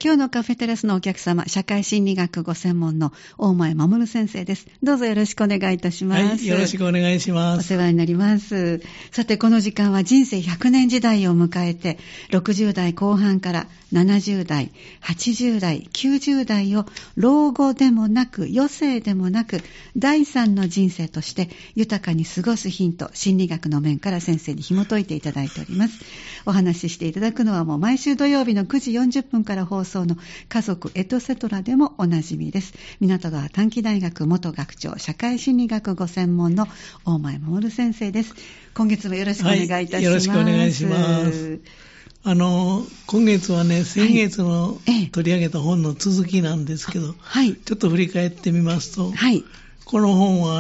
今日のカフェテラスのお客様、社会心理学ご専門の大前守先生です。どうぞよろしくお願いいたします。 はい、よろしくお願いします。 お世話になります。さて、この時間は人生100年時代を迎えて、60代後半から70代、80代、90代を老後でもなく余生でもなく第三の人生として豊かに過ごすヒント、心理学の面から先生に紐解いていただいております。お話ししていただくのはもう毎週土曜日の9時40分から放送の家族エトセトラでもおなじみです。港川短期大学元学長、社会心理学ご専門の大前守先生です。今月もよろしくお願いいたします。はい、 よろしくお願いします。今月はね、先月の取り上げた本の続きなんですけど、はい、ちょっと振り返ってみますと、はい、この本は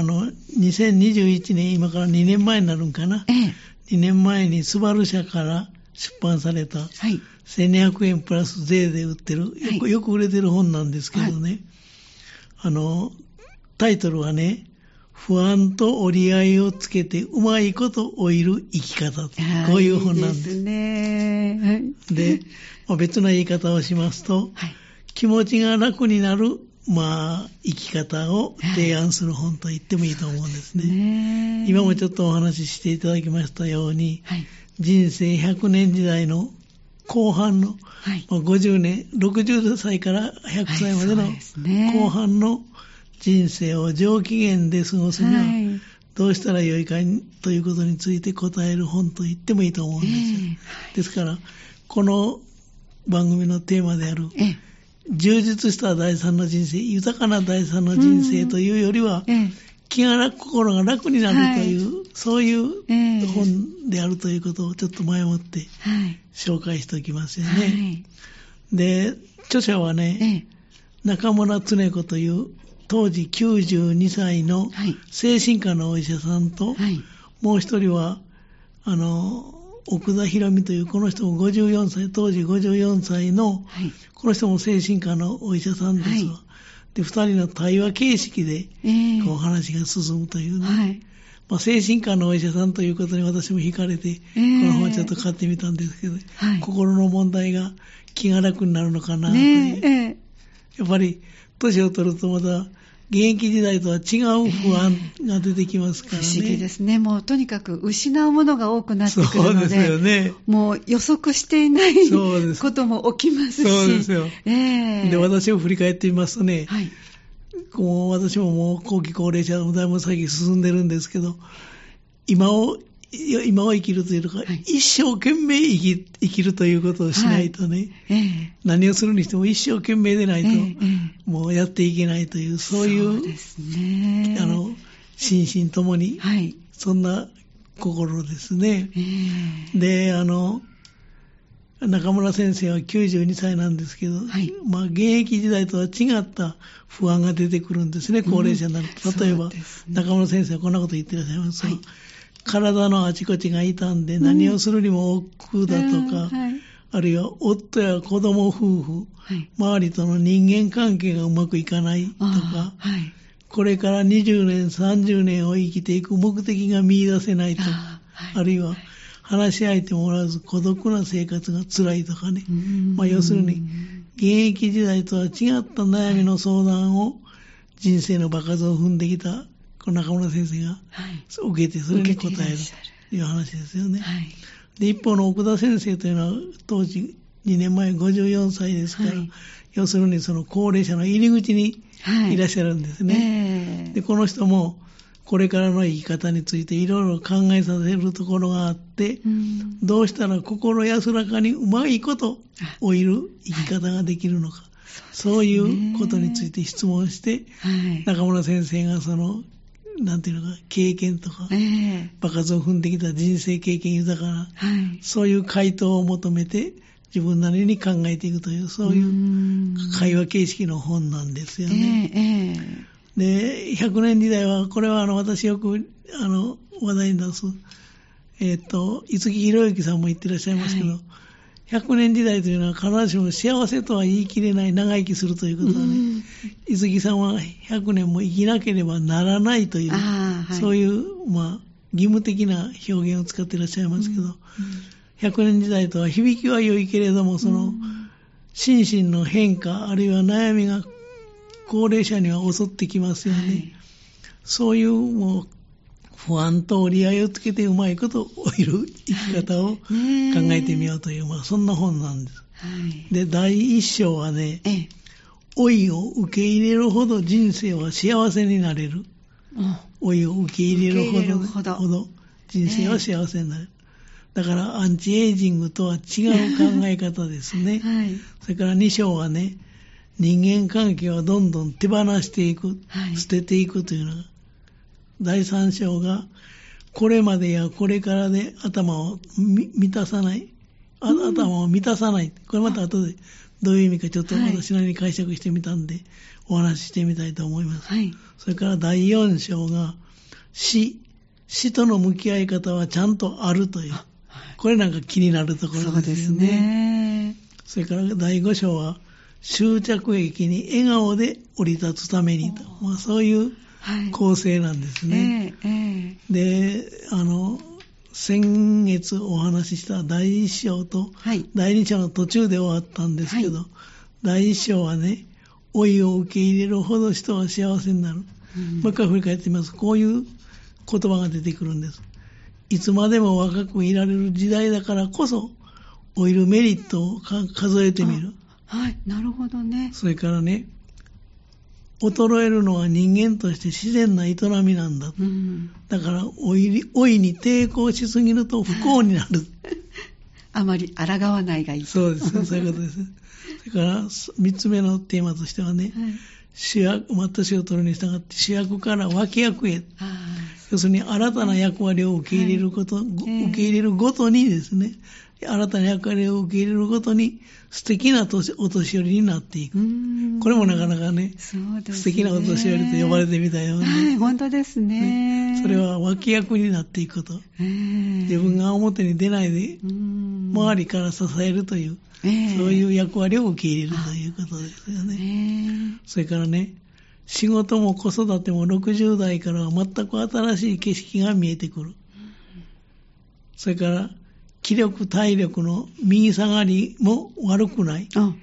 2021年、今から2年前になるんかな、2年前にスバル社から出版された、はい、1200円プラス税で売ってる、よく売れてる本なんですけどね、はい、タイトルはね、不安と折り合いをつけてうまいこと老いる生き方、こういう本なんです。 いいですね。 で、別な言い方をしますと、はい、気持ちが楽になる、生き方を提案する本と言ってもいいと思うんですね。今もちょっとお話ししていただきましたように、はい、人生100年時代の後半の、はい、50年、60歳から100歳までの後半の人生を上機嫌で過ごすにはどうしたらよいかということについて答える本と言ってもいいと思うんですよ。ですからこの番組のテーマである充実した第三の人生、豊かな第三の人生というよりは心が楽になるという、はい、そういう本であるということをちょっと前もって紹介しておきますよね。はい、で、著者はね、中村恒子という当時92歳の精神科のお医者さんと、はい、もう一人は奥田博美というこの人も54歳、当時54歳の、はい、この人も精神科のお医者さんですわ。はい、で、二人の対話形式で、お話が進むというね、はい、精神科のお医者さんということに私も惹かれて、この本をちょっと買ってみたんですけど、はい、心の問題が気が楽になるのかなという。やっぱり年を取るとまた現役時代とは違う不安が出てきますからね。 不思議ですね。もうとにかく失うものが多くなってくるので、そうですよね、もう予測していないことも起きますし。 そうですよ。で、私を振り返ってみますとね、はい、私ももう後期高齢者のだいぶ先進んでるんですけど、今を生きるというか、はい、一生懸命生きるということをしないとね、はい、何をするにしても一生懸命でないと、もうやっていけないという、そういう、そうですね、心身ともに、はい、そんな心ですね。で、中村先生は92歳なんですけど、はい、現役時代とは違った不安が出てくるんですね、高齢者になると。例えば、中村先生はこんなこと言ってらっしゃいます。はい、体のあちこちが痛んで何をするにも億劫だとか、はい、あるいは夫や子供夫婦、はい、周りとの人間関係がうまくいかないとか、はい、これから20年30年を生きていく目的が見出せないとか、はい、あるいは話し相手もおらず孤独な生活が辛いとかね、要するに現役時代とは違った悩みの相談を人生の場数を踏んできた中村先生が受けて、それに答えるという話ですよね。はい、で、一方の奥田先生というのは当時2年前54歳ですから、はい、要するにその高齢者の入り口にいらっしゃるんですね。で、この人もこれからの生き方についていろいろ考えさせるところがあって、どうしたら心安らかにうまいこと老いる生き方ができるのか、そういうことについて質問して、中村先生がそのなんていうのか、経験とか、場数を踏んできた人生経験豊かな、そういう回答を求めて自分なりに考えていくという、そういう会話形式の本なんですよね。で、100年時代は、これは私よく話題に出す、五木ひろゆきさんも言ってらっしゃいますけど、100年時代というのは必ずしも幸せとは言い切れない、長生きするということはね、五木さんは100年も生きなければならないという、そういう、義務的な表現を使っていらっしゃいますけど、100年時代とは響きは良いけれども、その心身の変化あるいは悩みが高齢者には襲ってきますよね、はい、そういうもう不安と折り合いをつけてうまいこと老いる生き方を考えてみようという、そんな本なんです、はい、で第一章はね、老いを受け入れるほど人生は幸せになれる。老いを受け入れるほど人生は幸せになる。だからアンチエイジングとは違う考え方ですね、はい、それから2章はね、人間関係はどんどん手放していく、はい、捨てていくというのが、第3章がこれまでやこれからで頭を満たさない、頭を満たさない、これまた後でどういう意味かちょっと私なりに解釈してみたんで、お話ししてみたいと思います、はい、それから第4章が死との向き合い方はちゃんとあるという、これなんか気になるところですよね。そうですね。それから第5章は終着駅に笑顔で降り立つためにと、そういう構成なんですね、で、先月お話しした第1章と第2章の途中で終わったんですけど、はい、第1章はね、老いを受け入れるほど人は幸せになる、もう一回振り返ってみます。こういう言葉が出てくるんです。いつまでも若くいられる時代だからこそ老いるメリットを数えてみる。 はい、なるほどね。 それからね、衰えるのは人間として自然な営みなんだ、だから老いに抵抗しすぎると不幸になるあまり抗わないがいい。 そうですね、そういうことです。それから3つ目のテーマとしてはね、はい、主役、年を取るに従って主役から脇役へ、要するに新たな役割を受け入れること、受け入れるごとにですね、新たな役割を受け入れるごとに素敵なお年寄りになっていく。これもなかなかね、そうですね、素敵なお年寄りと呼ばれてみたいよね。 はい、本当ですね。 それは脇役になっていくこと。自分が表に出ないで、周りから支えるという、そういう役割を受け入れるということですよね。それからね、仕事も子育ても60代からは全く新しい景色が見えてくる。それから気力体力の右下がりも悪くない、はい、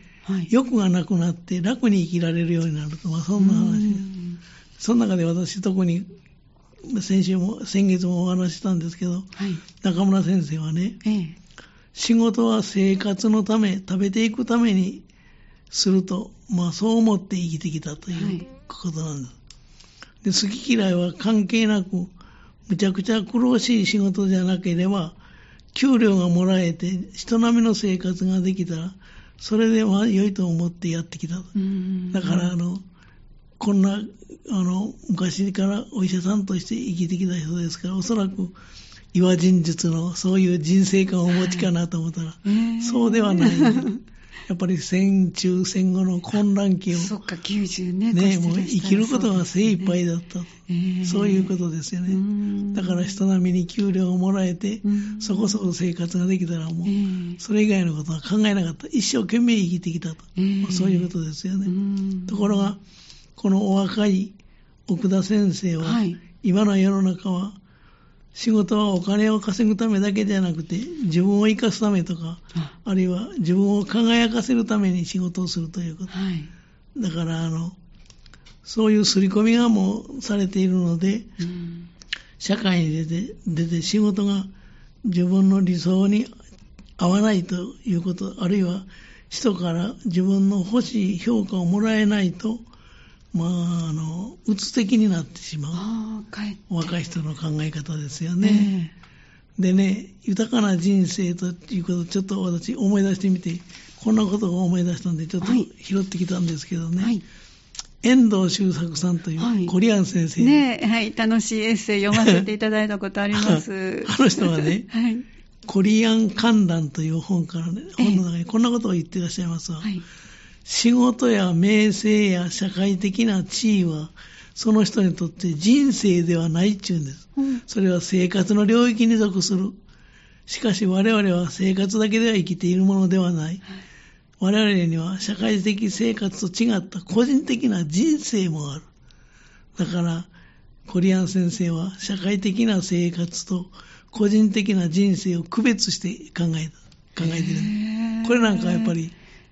欲がなくなって楽に生きられるようになると、そんな話です。その中で私特に先月もお話ししたんですけど、はい、中村先生はね、仕事は生活のため、食べていくためにすると、そう思って生きてきたということなんです。で、好き嫌いは関係なく、むちゃくちゃ苦労しい仕事じゃなければ、給料がもらえて人並みの生活ができたら、それで良いと思ってやってきた。だからこんな昔からお医者さんとして生きてきた人ですから、おそらく岩人術のそういう人生観をお持ちかなと思ったら、そうではない。やっぱり戦中戦後の混乱期を、 そっか、90年ね、もう生きることが精一杯だった、そういうことですよね。だから人並みに給料をもらえて、そこそこ生活ができたらもう、それ以外のことは考えなかった。一生懸命生きてきたと、そういうことですよね。ところが、このお若い奥田先生は、はい、今の世の中は、仕事はお金を稼ぐためだけじゃなくて、自分を生かすためとか、あるいは自分を輝かせるために仕事をするということ。はい、だからそういう刷り込みがもうされているので、社会に出て仕事が自分の理想に合わないということ、あるいは人から自分の欲しい評価をもらえないと、うつ的になってしまう若い人の考え方ですよね。でね、豊かな人生ということをちょっと私思い出してみて、こんなことを思い出したんでちょっと拾ってきたんですけどね、はい、遠藤周作さんというコリアン先生、 ね、はい、楽しいエッセイ読ませていただいたことあります。 あの人はね、はい、コリアン観覧という本からね、本の中にこんなことを言っていらっしゃいますわ。はい、仕事や名声や社会的な地位はその人にとって人生ではないっちゅうんです、それは生活の領域に属する。しかし我々は生活だけでは生きているものではない、我々には社会的生活と違った個人的な人生もある。だからコリアン先生は社会的な生活と個人的な人生を区別して考えている。これなんかやっぱり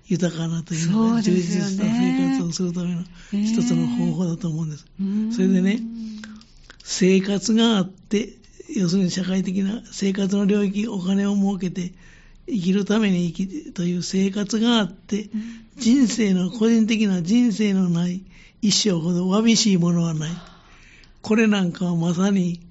豊かなというのが充実した生活をするための一つの方法だと思うんです。それでね、生活があって、要するに社会的な生活の領域、お金を儲けて生きるために生きという生活があって、個人的な人生のない一生ほどわびしいものはない。これなんかはまさに、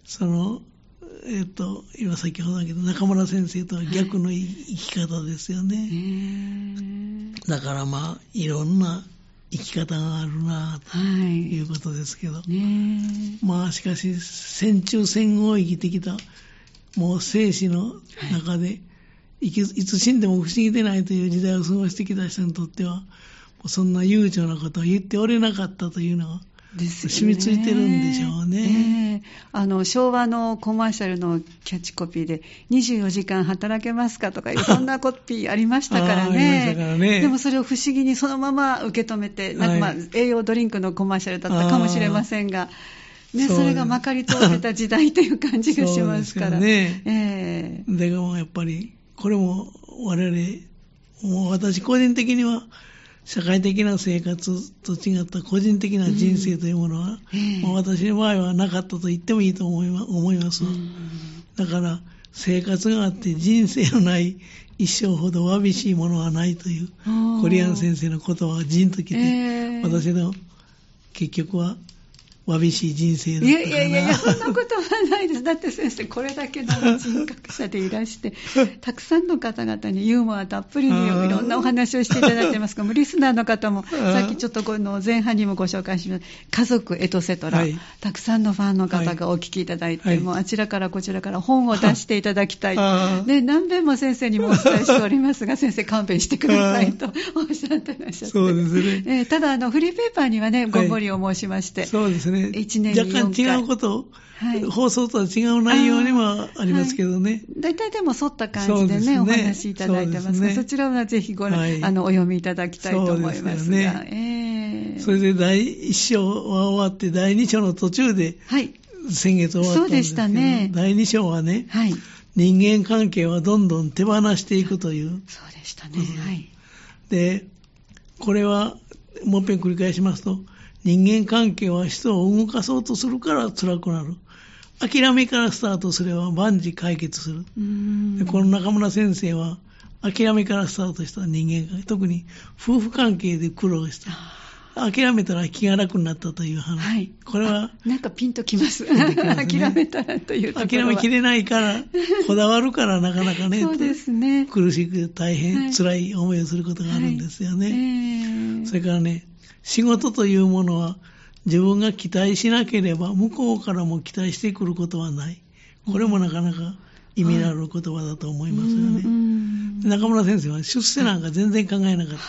今先ほどだけど中村先生とは逆の生き方ですよね。だからいろんな生き方があるなということですけど、しかし戦中戦後を生きてきたもう生死の中で、いつ死んでも不思議でないという時代を過ごしてきた人にとっては、そんな悠長なことを言っておれなかったというのは染みついてるんでしょうね。 昭和のコマーシャルのキャッチコピーで24時間働けますかとかいうそんなコピーありましたからね。でもそれを不思議にそのまま受け止めて、栄養ドリンクのコマーシャルだったかもしれませんが、それがまかり通ってた時代という感じがしますから。 でもやっぱりこれも我々、もう私個人的には社会的な生活と違った個人的な人生というものは、私の場合はなかったと言ってもいいと思います。だから生活があって人生のない一生ほどわびしいものはないというコリアン先生の言葉がジンときて、私の結局はわびしい人生だったかな。 いや、そんなことはないです。だって先生、これだけの人格者でいらして、たくさんの方々にユーモアたっぷりにいろんなお話をしていただいてますが、リスナーの方も、さっきちょっとこの前半にもご紹介しました、家族エトセトラ、たくさんのファンの方がお聞きいただいて、もうあちらからこちらから本を出していただきたい。何遍も先生にもお伝えしておりますが、先生勘弁してくださいとおっしゃってらっしゃって。 そうですね。 ただ、フリーペーパーにはね、ご無理を申しまして。 そうですね。 1年に4回。 若干違うことを、放送とは違う内容にもありますけどね。 大体でも沿った感じでね、お話しいただいてますが、そちらはぜひお読みいただきたいと思いますが。 それで第1章は終わって、第2章の途中で、先月終わったんですけど、そうでしたね。第2章はね、人間関係はどんどん手放していくという。 そうでしたね。 で、これは、もう一遍繰り返しますと、人間関係は人を動かそうとするから辛くなる。諦めからスタートすれば万事解決する。でこの中村先生は諦めからスタートした人間関係、特に夫婦関係で苦労した。諦めたら気が楽になったという話。これはなんかピンときます。諦めたらというところは。 諦めきれないから、こだわるからなかなかね、 そうですね。 苦しく大変辛い思いをすることがあるんですよね。それからね、仕事というものは自分が期待しなければ向こうからも期待してくることはない。これもなかなか意味のある言葉だと思いますよね。中村先生は出世なんか全然考えなかった。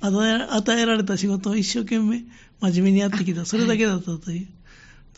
与えられた仕事を一生懸命真面目にやってきた。それだけだったという。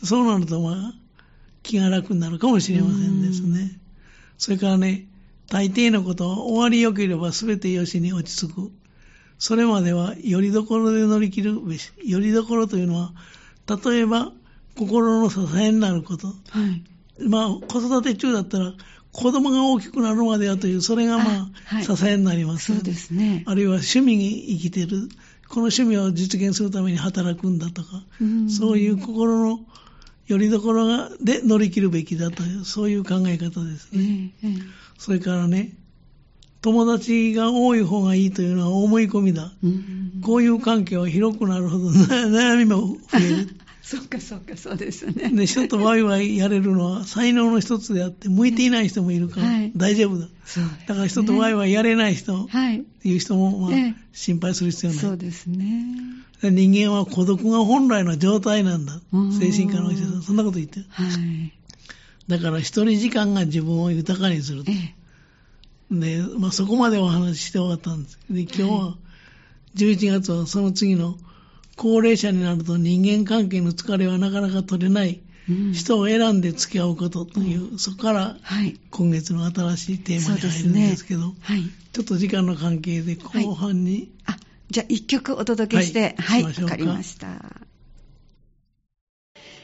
そうなると気が楽になるかもしれませんですね。それからね、大抵のことは終わりよければ全てよしに落ち着く。それまではよりどころで乗り切るべし。よりどころというのは、例えば心の支えになること。子育て中だったら子供が大きくなるまではという、それが支えになります。 そうですね。 あるいは趣味に生きてる。この趣味を実現するために働くんだとか、そういう心のよりどころで乗り切るべきだという、そういう考え方ですね。それからね、友達が多い方がいいというのは思い込みだ。こういう関係は広くなるほど悩みも増える。 そうですね。 で、人とワイワイやれるのは才能の一つであって、向いていない人もいるから大丈夫だ。だから人とワイワイやれない人、いう人も心配する必要ない。 そうですね。 人間は孤独が本来の状態なんだ。精神科のお医者さん、そんなこと言ってる。だから一人時間が自分を豊かにする。で、そこまでお話しして終わったんです。で、今日は、11月はその次の高齢者になると人間関係の疲れはなかなか取れない、人を選んで付き合うことという、そこから今月の新しいテーマに入るんですけど、ちょっと時間の関係で後半に、 じゃあ一曲お届けして、わかりました。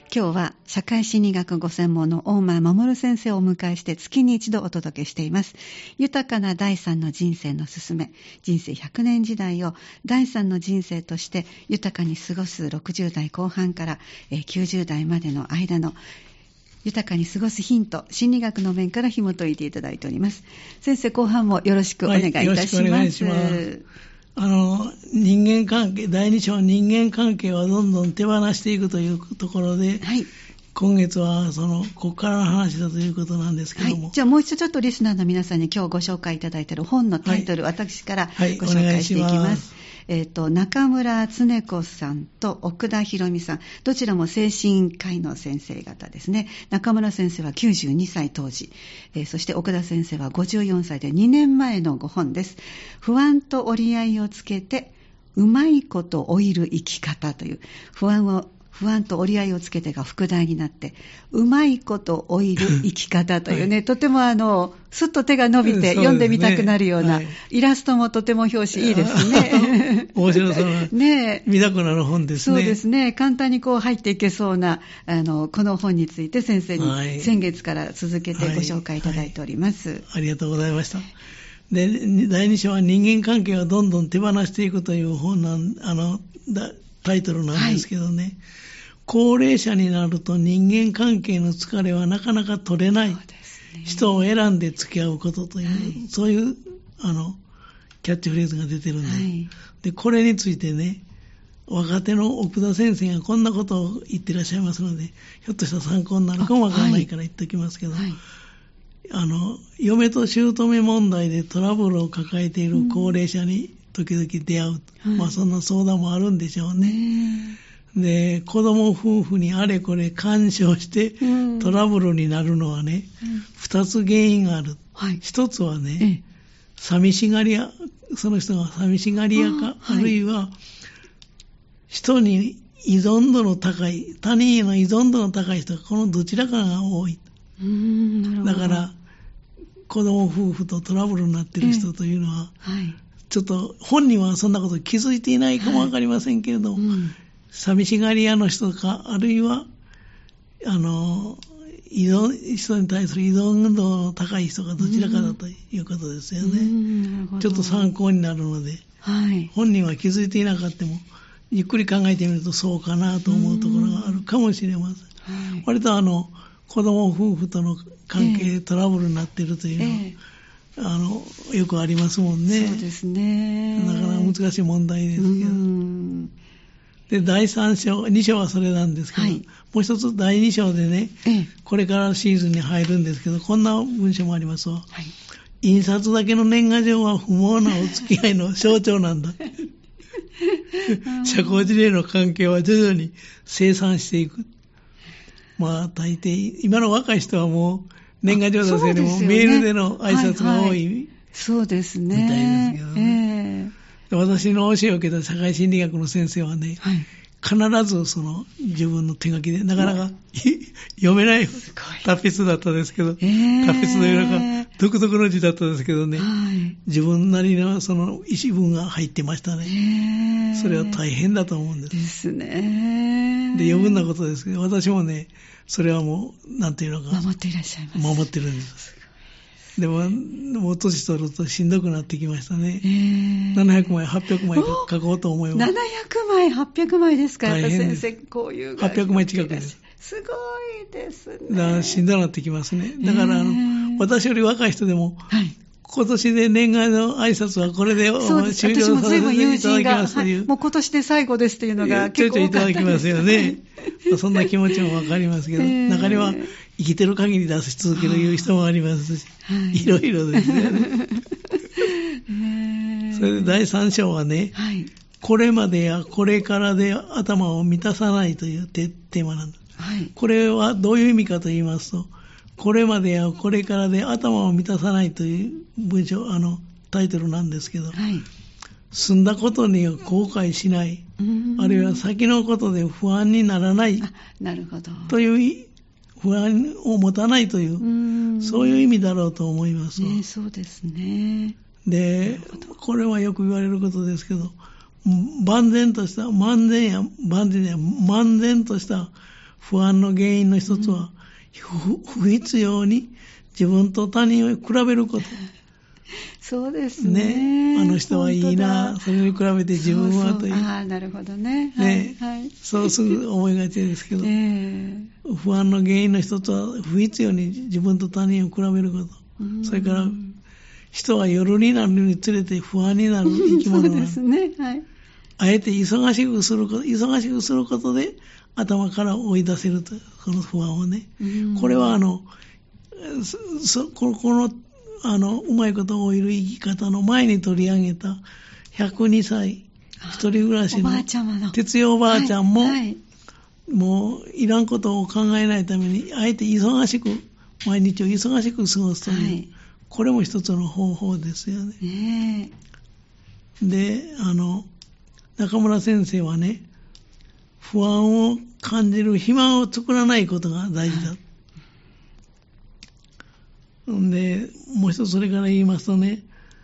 今日は社会心理学ご専門の大前守先生をお迎えして月に一度お届けしています。豊かな第三の人生のすすめ、人生100年時代を第三の人生として豊かに過ごす60代後半から90代までの間の豊かに過ごすヒント、心理学の面から紐解いていただいております。先生、後半もよろしくお願いいたします。よろしくお願いします。 人間関係、第2章、人間関係はどんどん手放していくというところで、はい、今月はここからの話だということなんですけども、 はい、じゃあもう一度ちょっとリスナーの皆さんに今日ご紹介いただいている本のタイトル、はい、私からご紹介していきます。中村恒子さんと奥田博美さん、どちらも精神科医の先生方ですね。中村先生は92歳当時、そして奥田先生は54歳で2年前のご本です。不安と折り合いをつけてうまいこと老いる生き方という、不安と折り合いをつけてが副題になって、うまいこと老いる生き方というね、はい、とてもすっと手が伸びて読んでみたくなるような、はい、イラストもとても表紙いいですね。 面白そうな、ね、見たくなる本ですね。 そうですね。簡単に入っていけそうな、この本について先生に先月から続けてご紹介いただいております。 はいはい、ありがとうございました。で、第2章は人間関係をどんどん手放していくという本タイトルなんですけどね、はい、高齢者になると人間関係の疲れはなかなか取れない、人を選んで付き合うことという、はい、そういうキャッチフレーズが出てるんで、はい、でこれについてね、若手の奥田先生がこんなことを言ってらっしゃいますので、ひょっとしたら参考になるかもわからないから言っておきますけど、はい、嫁と姑問題でトラブルを抱えている高齢者に時々出会う、まあそんな相談もあるんでしょうね。で、子供夫婦にあれこれ干渉してトラブルになるのはね、二つ原因がある。はい、一つはね、寂しがり屋、その人が寂しがり屋か、あるいは人に依存度の高い、他人への依存度の高い人がこのどちらかが多い。 なるほど。 だから子供夫婦とトラブルになっている人というのは、はい、ちょっと本人はそんなこと気づいていないかもわかりませんけれども、寂しがり屋の人か、あるいは人に対する依存度の高い人がどちらかだということですよね。ちょっと参考になるので、はい、本人は気づいていなかったもゆっくり考えてみるとそうかなと思うところがあるかもしれません。はい、割と子供夫婦との関係でトラブルになっているというのは、よくありますもんね。 そうですね。 なかなか難しい問題ですけど。で、第3章、2章はそれなんですけど、はい、もう一つ第2章でね、これからシーズンに入るんですけど、こんな文章もありますわ。はい、印刷だけの年賀状は不毛なお付き合いの象徴なんだ。社交辞令の関係は徐々に清算していく。まあ大抵、今の若い人はもう年賀状出せよりもメールでの挨拶が多い、 そうですね。 みたいですけどね。私の教えを受けた社会心理学の先生はね、はい、必ず自分の手書きで、なかなか読めない達筆だったですけど、達筆のような独特の字だったですけどね、はい、自分なりのその意思文が入ってましたね。それは大変だと思うんです。 ですね。 で、余分なことですけど、私もね、それはもう、なんていうのか。 守っていらっしゃいます。 守ってるんです。でも、もう年取るとしんどくなってきましたね。700枚、800枚書こうと思います。 700枚、800枚ですか、やっぱ先生、こういう。 800枚近くです。 すごいですね。 だからしんどくなってきますね。だから、私より若い人でも、はい、今年で年賀の挨拶はこれで終了させていただきますという。 もう今年で最後ですというのが結構多かったです。 ちょいちょいいただきますよね。そんな気持ちもわかりますけど、中には生きてる限り出し続けるいう人もありますし、いろいろですよね。それで第3章はね、はい、これまでやこれからで頭を満たさないというテーマなんです。はい、これはどういう意味かと言いますと、これまでやこれからで頭を満たさないという文章、タイトルなんですけど、はい、済んだことには後悔しない、あるいは先のことで不安にならない、 なるほどという不安を持たないという、そういう意味だろうと思います。 そうですね。 で、これはよく言われることですけど、万全とした不安の原因の一つは、不必要に自分と他人を比べること。 そうですね。 あの人はいいな、それに比べて自分はという。 ああ、なるほどね。 ね、はい、そうすぐ思いがちですけど、不安の原因の一つは不必要に自分と他人を比べること。それから人は夜になるにつれて不安になる生き物なんです。 そうですね。はい。 あえて忙しくすることで頭から追い出せるという、この不安をね。これはうまいことを追える生き方の前に取り上げた102歳一人暮らしの哲代おばあちゃんも、もういらんことを考えないためにあえて毎日を忙しく過ごすという、これも一つの方法ですよね。で、中村先生はね、不安を感じる暇を作らないことが大事だ。で、もう一つそれから言いますとね、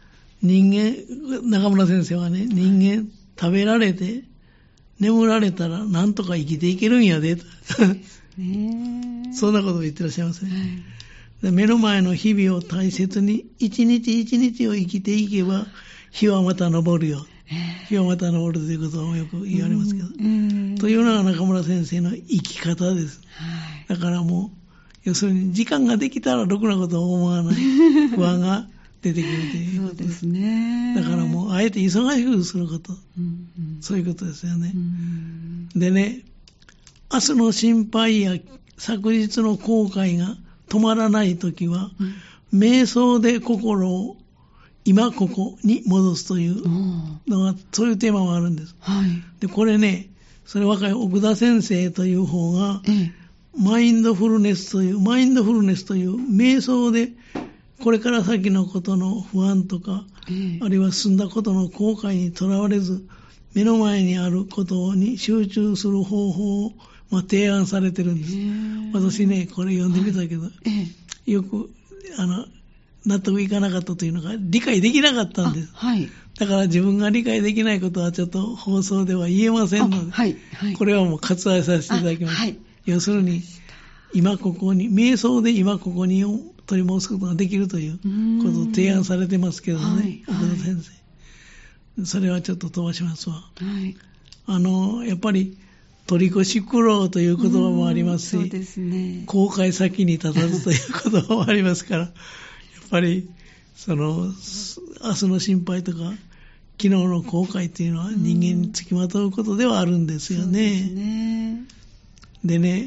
中村先生はね、人間食べられて眠られたらなんとか生きていけるんやでと。そんなことを言ってらっしゃいますね。で、目の前の日々を大切に一日一日を生きていけば日はまた昇るよ。日はまた昇るということをよく言われますけど。というのが中村先生の生き方です。だからもう、要するに時間ができたらろくなことを思わない不安が出てくるということです。そうですね。だからもうあえて忙しくすること、そういうことですよね。でね、明日の心配や昨日の後悔が止まらないときは、瞑想で心を今ここに戻すというのが、そういうテーマがあるんです。で、これね、それ若い奥田先生という方が、マインドフルネスという瞑想でこれから先のことの不安とか、あるいは済んだことの後悔にとらわれず目の前にあることに集中する方法を、提案されてるんです。私ね、これ読んでみたけど、よく納得いかなかったというのが理解できなかったんです。だから自分が理解できないことはちょっと放送では言えませんので、これはもう割愛させていただきます。要するに今ここに、瞑想で今ここにを取り戻すことができるということを提案されてますけどね、奥田先生。それはちょっと飛ばしますわ。やっぱり取り越し苦労という言葉もありますし、そうですね、後悔先に立たずという言葉もありますから、やっぱり明日の心配とか昨日の後悔というのは人間につきまとうことではあるんですよね。でね、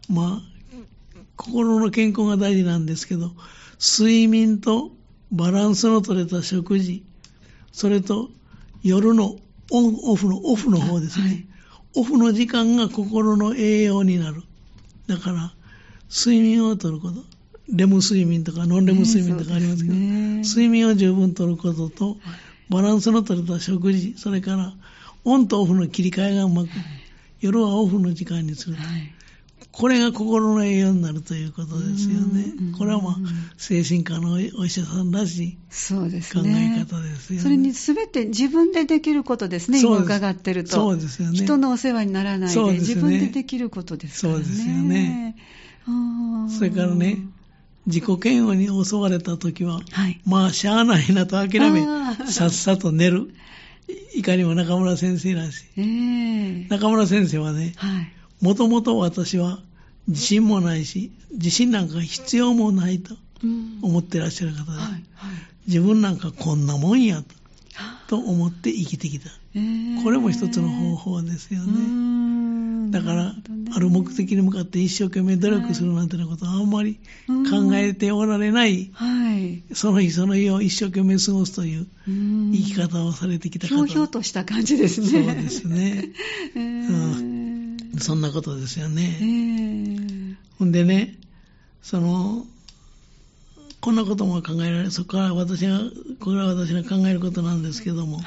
心の健康が大事なんですけど、睡眠とバランスの取れた食事、それと夜のオフの方ですね。オフの時間が心の栄養になる。だから睡眠をとること、レム睡眠とかノンレム睡眠とかありますけど、睡眠を十分とることとバランスの取れた食事、それからオンとオフの切り替えがうまく、夜はオフの時間にする。これが心の栄養になるということですよね。これは精神科のお医者さんらしい考え方ですよね。 それに全て自分でできることですね。今伺ってると。 そうですよね。 人のお世話にならないで、自分でできることですからね。 そうですよね。それからね、自己嫌悪に襲われたときは、しゃあないなと諦め、さっさと寝る。いかにも中村先生らしい。中村先生はね、もともと私は自信もないし、自信なんか必要もないと思ってらっしゃる方で、自分なんかこんなもんやと思って生きてきた。これも一つの方法ですよね。だから、ある目的に向かって一生懸命努力するなんてなことはあんまり考えておられない、その日その日を一生懸命過ごすという生き方をされてきた方。 ひょうひょうとした感じですね。 そうですね。そんなことですよね。ほんでね、こんなことも考えられる。これは私が考えることなんですけども、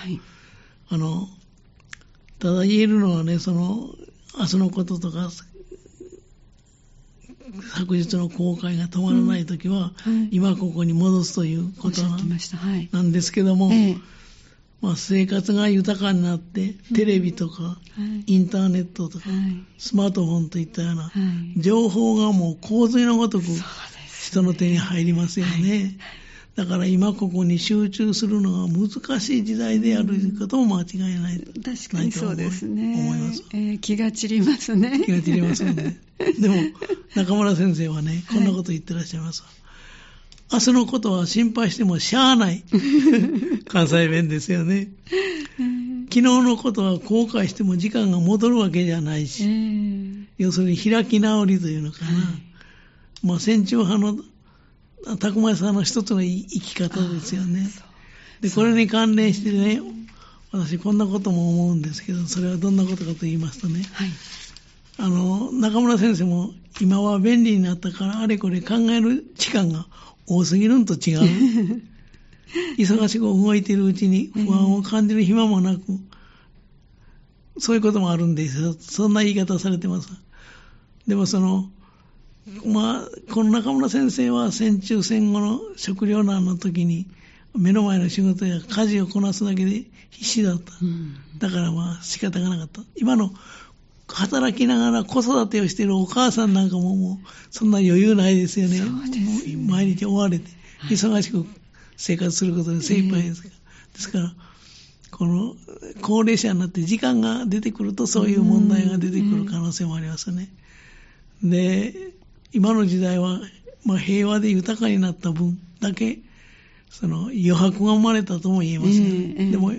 ただ言えるのはね、明日のこととか昨日の後悔が止まらないときは、今ここに戻すということなんですけども、 生活が豊かになって、テレビとか、インターネットとか、スマートフォンといったような、情報がもう洪水のごとく人の手に入りますよね。だから今ここに集中するのが難しい時代であることも間違いない。 確かにそうですね。 思います。 気が散りますね。 気が散りますよね。でも中村先生はね、こんなこと言ってらっしゃいます。明日のことは心配してもしゃあない。関西弁ですよね。昨日のことは後悔しても時間が戻るわけじゃないし、要するに開き直りというのかな。戦中派のたくまさんの一つの生き方ですよね。で、これに関連してね、私こんなことも思うんですけど、それはどんなことかと言いますとね、中村先生も今は便利になったからあれこれ考える時間が多すぎるんと違う。忙しく動いているうちに不安を感じる暇もなく、そういうこともあるんですよ。そんな言い方されてます。でもこの中村先生は戦中戦後の食糧難の時に目の前の仕事や家事をこなすだけで必死だった。だから仕方がなかった。今の働きながら子育てをしているお母さんなんかもうそんな余裕ないですよね。毎日追われて忙しく生活することで精一杯ですから。ですからこの高齢者になって時間が出てくるとそういう問題が出てくる可能性もありますね。で、今の時代は、平和で豊かになった分だけ余白が生まれたとも言えますよね。でも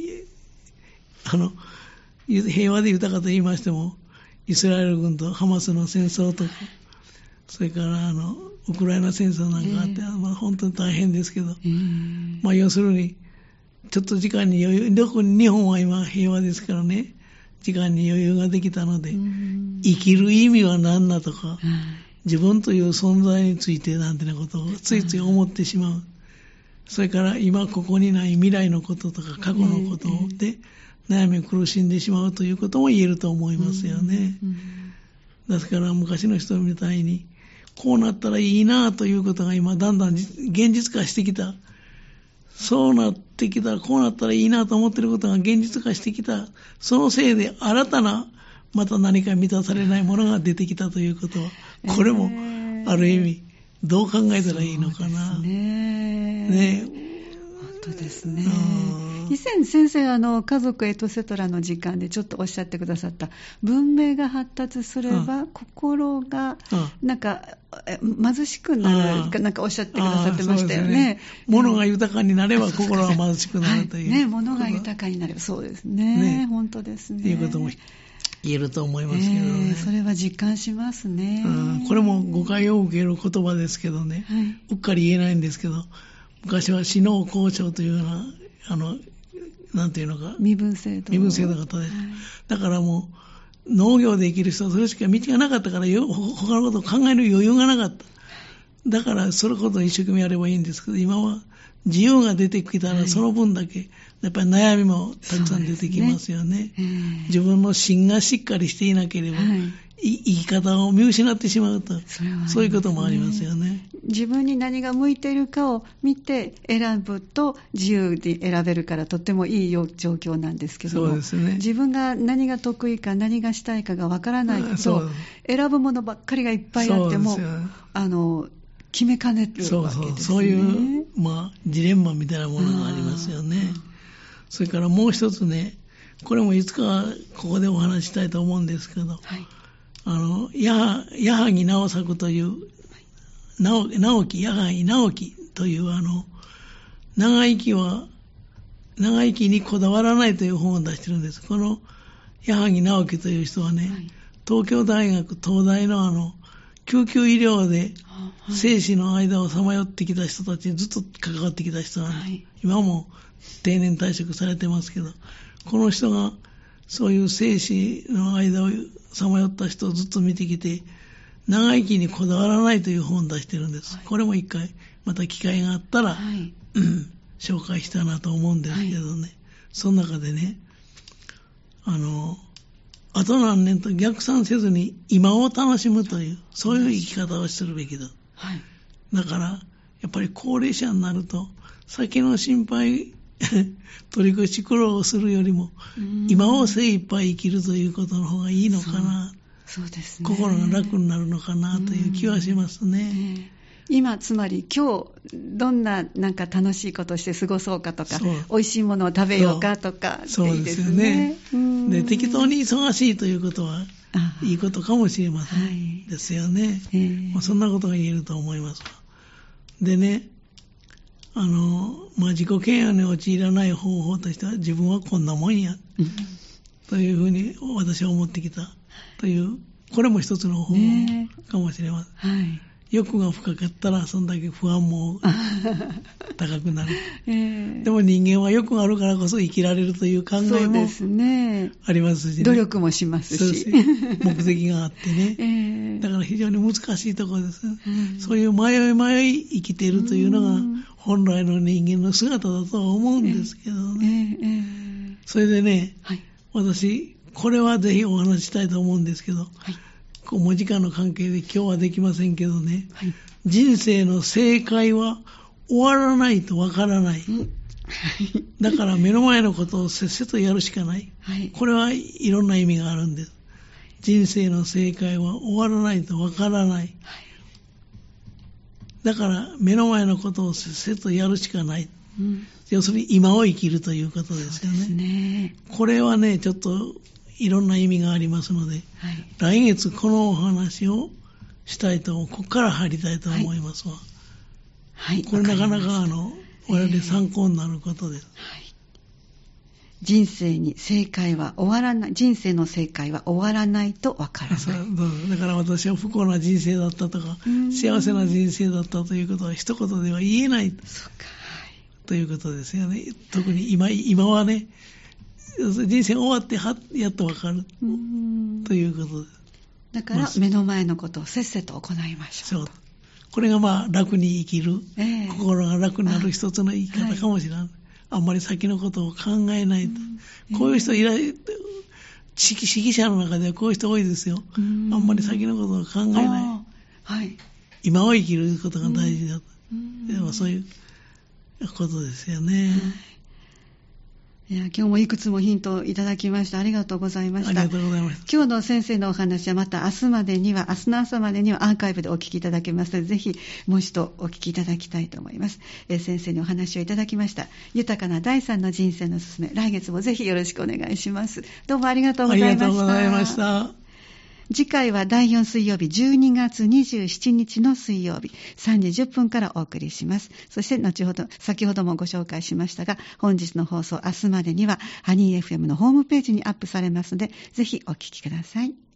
平和で豊かと言いましてもイスラエル軍とハマスの戦争とか、それからウクライナ戦争なんかあって、本当に大変ですけど、要するにちょっと時間に余裕、特に日本は今平和ですからね、時間に余裕ができたので、生きる意味は何だとか、自分という存在についてなんてなことをついつい思ってしまう。それから今ここにない未来のこととか過去のことで悩み苦しんでしまうということも言えると思いますよね。ですから昔の人みたいにこうなったらいいなということが今だんだん現実化してきた。そうなってきたらこうなったらいいなと思っていることが現実化してきた。そのせいで新たなまた何か満たされないものが出てきたということは、これもある意味どう考えたらいいのかな。 そうですね。本当ですね。以前先生家族エトセトラの時間でちょっとおっしゃってくださった文明が発達すれば心がなんか貧しくなるなんかおっしゃってくださってましたよね。 物が豊かになれば心が貧しくなるという、 物が豊かになればそうですね。本当ですね。 ということも言えると思いますけどね。 それは実感しますね。 これも誤解を受ける言葉ですけどね、うっかり言えないんですけど、昔は死農工商というようななんていうのか身分制度の方です、だからもう農業で生きる人はそれしか道がなかったから他のことを考える余裕がなかった。だからそれこそ一生懸命やればいいんですけど、今は自由が出てきたらその分だけやっぱり悩みもたくさん出てきますよね。自分の芯がしっかりしていなければ、生き方を見失ってしまうと、そういうこともありますよね。 自分に何が向いているかを見て選ぶと自由に選べるからとってもいい状況なんですけども、 そうですね、 自分が何が得意か何がしたいかがわからないと選ぶものばっかりがいっぱいあっても決めかねるわけですね。 そういう、ジレンマみたいなものがありますよね。それからもう一つね、これもいつかここでお話したいと思うんですけど、矢作直作という矢作直樹という長生きにこだわらないという本を出してるんです。この矢作直樹という人はね、東京大学東大の救急医療で生死の間をさまよってきた人たちにずっと関わってきた人なんで、今も定年退職されてますけど、この人がそういう生死の間をさまよった人をずっと見てきて、長生きにこだわらないという本を出してるんです。これも一回また機会があったら、紹介したいなと思うんですけどね、その中でね、あと何年と逆算せずに今を楽しむという、そういう生き方をするべきだ。だからやっぱり高齢者になると先の心配取り越し苦労するよりも、今を精一杯生きるということの方がいいのかな。 そうですね。 心が楽になるのかなという気はしますね。 今、つまり今日、どんななんか楽しいことをして過ごそうかとか、美味しいものを食べようかとか、 そうですよね。で、適当に忙しいということは、いいことかもしれませんですよね。そんなことが言えると思いますわ。でね、自己嫌悪に陥らない方法としては、自分はこんなもんや、というふうに私は思ってきたという、これも一つの方法かもしれません。欲が深かったら、そんだけ不安も高くなる。でも人間は欲があるからこそ生きられるという考えもありますし、ね、 努力もしますし。 目的があってね。だから非常に難しいところです。そういう迷い迷い生きているというのが本来の人間の姿だとは思うんですけどね。それでね、私、これはぜひお話ししたいと思うんですけど、お時間の関係で今日はできませんけどね、人生の正解は終わらないとわからない。だから目の前のことをせっせとやるしかない。これはいろんな意味があるんです。人生の正解は終わらないとわからない。だから目の前のことをせっせとやるしかない。要するに今を生きるということですよね。これはね、ちょっといろんな意味がありますので、来月このお話をしたいと、ここから入りたいと思いますわ。これなかなか我々参考になることです。 人生に正解は終わらない、人生の正解は終わらないとわからない。 だから私は不幸な人生だったとか、幸せな人生だったということは一言では言えない。ということですよね。特に今はね、人生終わってやっとわかるということです。 だから目の前のことをせっせと行いましょう。 これが楽に生きる、心が楽になる一つの生き方かもしれない。あんまり先のことを考えないと。こういう人指揮者の中ではこういう人多いですよ。あんまり先のことを考えない。今を生きることが大事だと。そういうことですよね。 今日もいくつもヒントをいただきました。ありがとうございました。 ありがとうございます。 今日の先生のお話はまた明日の朝までにはアーカイブでお聞きいただけますので、ぜひもう一度お聞きいただきたいと思います。先生にお話をいただきました。豊かな第三の人生のすすめ、来月もぜひよろしくお願いします。どうもありがとうございました。 ありがとうございました。 次回は第4水曜日12月27日の水曜日3時10分からお送りします。そして先ほどもご紹介しましたが、本日の放送明日までにはハニー FM のホームページにアップされますので、ぜひお聞きください。